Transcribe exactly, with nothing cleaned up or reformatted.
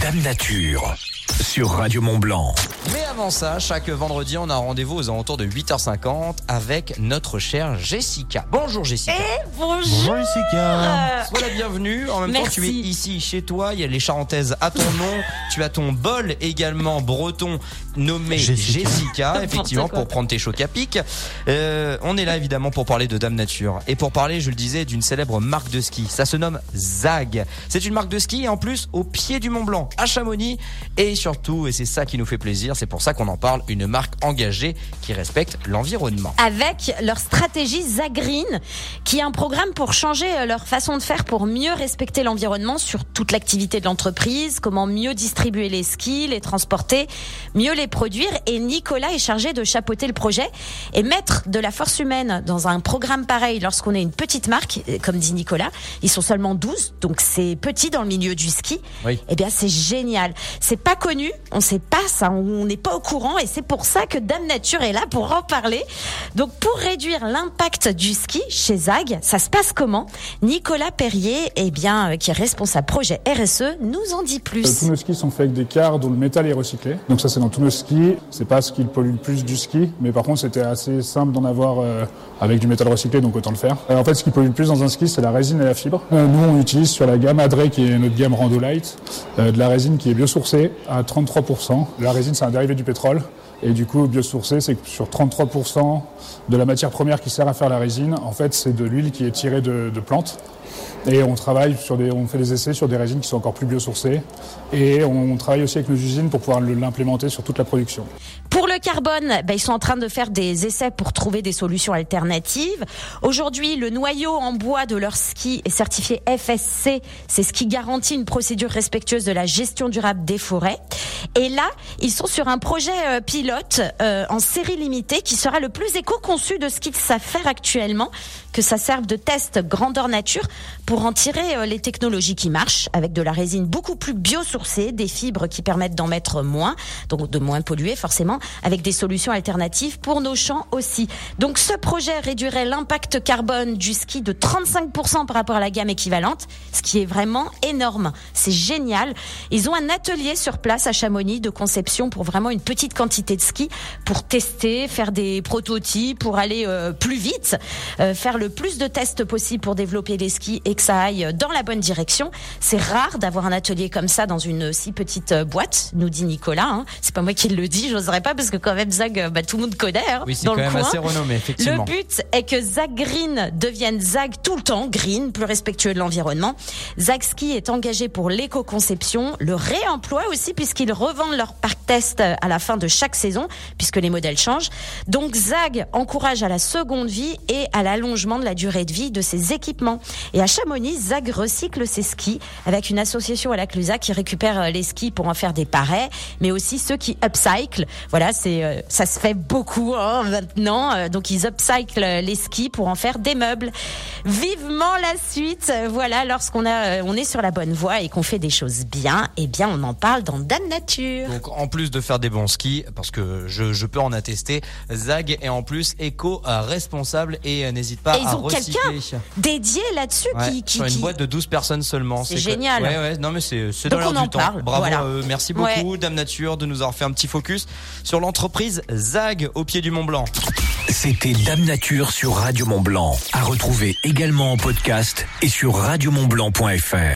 Dame Nature sur Radio Mont Blanc. Mais avant ça, chaque vendredi, on a rendez-vous aux alentours de huit heures cinquante avec notre chère Jessica. Bonjour Jessica. Eh, bonjour. Bonjour Jessica. Sois la bienvenue. En même Merci. temps, tu es ici chez toi. Il y a les Charentaises à ton nom. Tu as ton bol également breton nommé Jessica, Jessica effectivement, pour prendre tes chocs à pic. Euh, on est là évidemment pour parler de Dame Nature et pour parler, je le disais, d'une célèbre marque de ski. Ça se nomme Zag. C'est une marque de ski et en plus au pied du Mont Blanc, à Chamonix, et surtout, et c'est ça qui nous fait plaisir, c'est pour ça qu'on en parle, une marque engagée qui respecte l'environnement. Avec leur stratégie Zagreen, qui est un programme pour changer leur façon de faire pour mieux respecter l'environnement sur toute l'activité de l'entreprise, comment mieux distribuer les skis, les transporter, mieux les produire. Et Nicolas est chargé de chapeauter le projet et mettre de la force humaine dans un programme pareil lorsqu'on est une petite marque, comme dit Nicolas. Ils sont seulement douze, donc c'est petit dans le milieu du ski. Oui. Eh bien, c'est génial. C'est pas connu, on sait pas ça, on n'est pas au courant et c'est pour ça que Dame Nature est là pour en parler. Donc, pour réduire l'impact du ski chez Zag, ça se passe comment ? Nicolas Perrier, eh bien, qui est responsable projet R S E, nous en dit plus. Euh, tous nos skis sont faits avec des quarts dont le métal est recyclé. Donc ça, c'est dans tous nos skis. C'est pas ce qui pollue le plus du ski, mais par contre, c'était assez simple d'en avoir euh, avec du métal recyclé, donc autant le faire. Euh, en fait, ce qui pollue le plus dans un ski, c'est la résine et la fibre. Euh, nous, on utilise sur la gamme Adré, qui est notre gamme Rando Light, euh, de la résine qui est biosourcée à trente-trois pour cent. La résine, c'est un dérivé du pétrole. Et du coup, biosourcé, c'est que sur trente-trois pour cent de la matière première qui sert à faire la résine, en fait, c'est de l'huile qui est tirée de, de plantes. Et on travaille sur des, on fait des essais sur des résines qui sont encore plus biosourcées. Et on travaille aussi avec nos usines pour pouvoir l'implémenter sur toute la production. Pour le carbone, ben, ils sont en train de faire des essais pour trouver des solutions alternatives. Aujourd'hui, le noyau en bois de leur ski est certifié F S C. C'est ce qui garantit une procédure respectueuse de la gestion durable des forêts. Et là, ils sont sur un projet euh, pilote euh, en série limitée qui sera le plus éco-conçu de ce qu'ils savent faire actuellement, que ça serve de test grandeur nature pour en tirer euh, les technologies qui marchent avec de la résine beaucoup plus biosourcée, des fibres qui permettent d'en mettre moins, donc de moins polluer forcément, avec des solutions alternatives pour nos champs aussi. Donc ce projet réduirait l'impact carbone du ski de trente-cinq pour cent par rapport à la gamme équivalente, ce qui est vraiment énorme. C'est génial. Ils ont un atelier sur place à Chamonix de conception pour vraiment une petite quantité de ski, pour tester, faire des prototypes, pour aller euh, plus vite, euh, faire le plus de tests possible pour développer les skis et que ça aille dans la bonne direction. C'est rare d'avoir un atelier comme ça dans une si petite boîte, nous dit Nicolas. Hein. C'est pas moi qui le dis, j'oserais pas parce que quand même Zag, bah, tout le monde connaît. Hein, oui, c'est dans quand le même coin. assez renommé, effectivement. Le but est que Zagreen devienne Zag tout le temps, green, plus respectueux de l'environnement. Zag Ski est engagé pour l'éco-conception, le réemploi aussi, puisqu'ils revendent leur parc test à la fin de chaque saison, puisque les modèles changent. Donc Zag encourage à la seconde vie et à l'allongement de la durée de vie de ses équipements. Et à Chamonix, Zag recycle ses skis avec une association à la Clusa qui récupère les skis pour en faire des parets, mais aussi ceux qui upcycle. Voilà, c'est euh, ça se fait beaucoup hein, maintenant. Euh, donc ils upcycle les skis pour en faire des meubles. Vivement la suite. Voilà, lorsqu'on a, euh, on est sur la bonne voie et qu'on fait des choses bien, eh bien on en parle dans Dame Nature. Donc en plus de faire des bons skis, parce que je, je peux en attester, Zag est en plus éco-responsable et euh, n'hésite pas et ils à ont recycler. quelqu'un dédié là-dessus Ouais, qui, qui, sur une qui... boîte de douze personnes seulement. C'est génial. Que... Ouais, ouais, non mais c'est, c'est dans Donc l'air on du en temps. parle, Bravo, voilà. euh, merci beaucoup Ouais. Dame Nature de nous avoir fait un petit focus sur l'entreprise Zag au pied du Mont Blanc. C'était Dame Nature sur Radio Mont Blanc. À retrouver également en podcast et sur radio mont blanc point f r.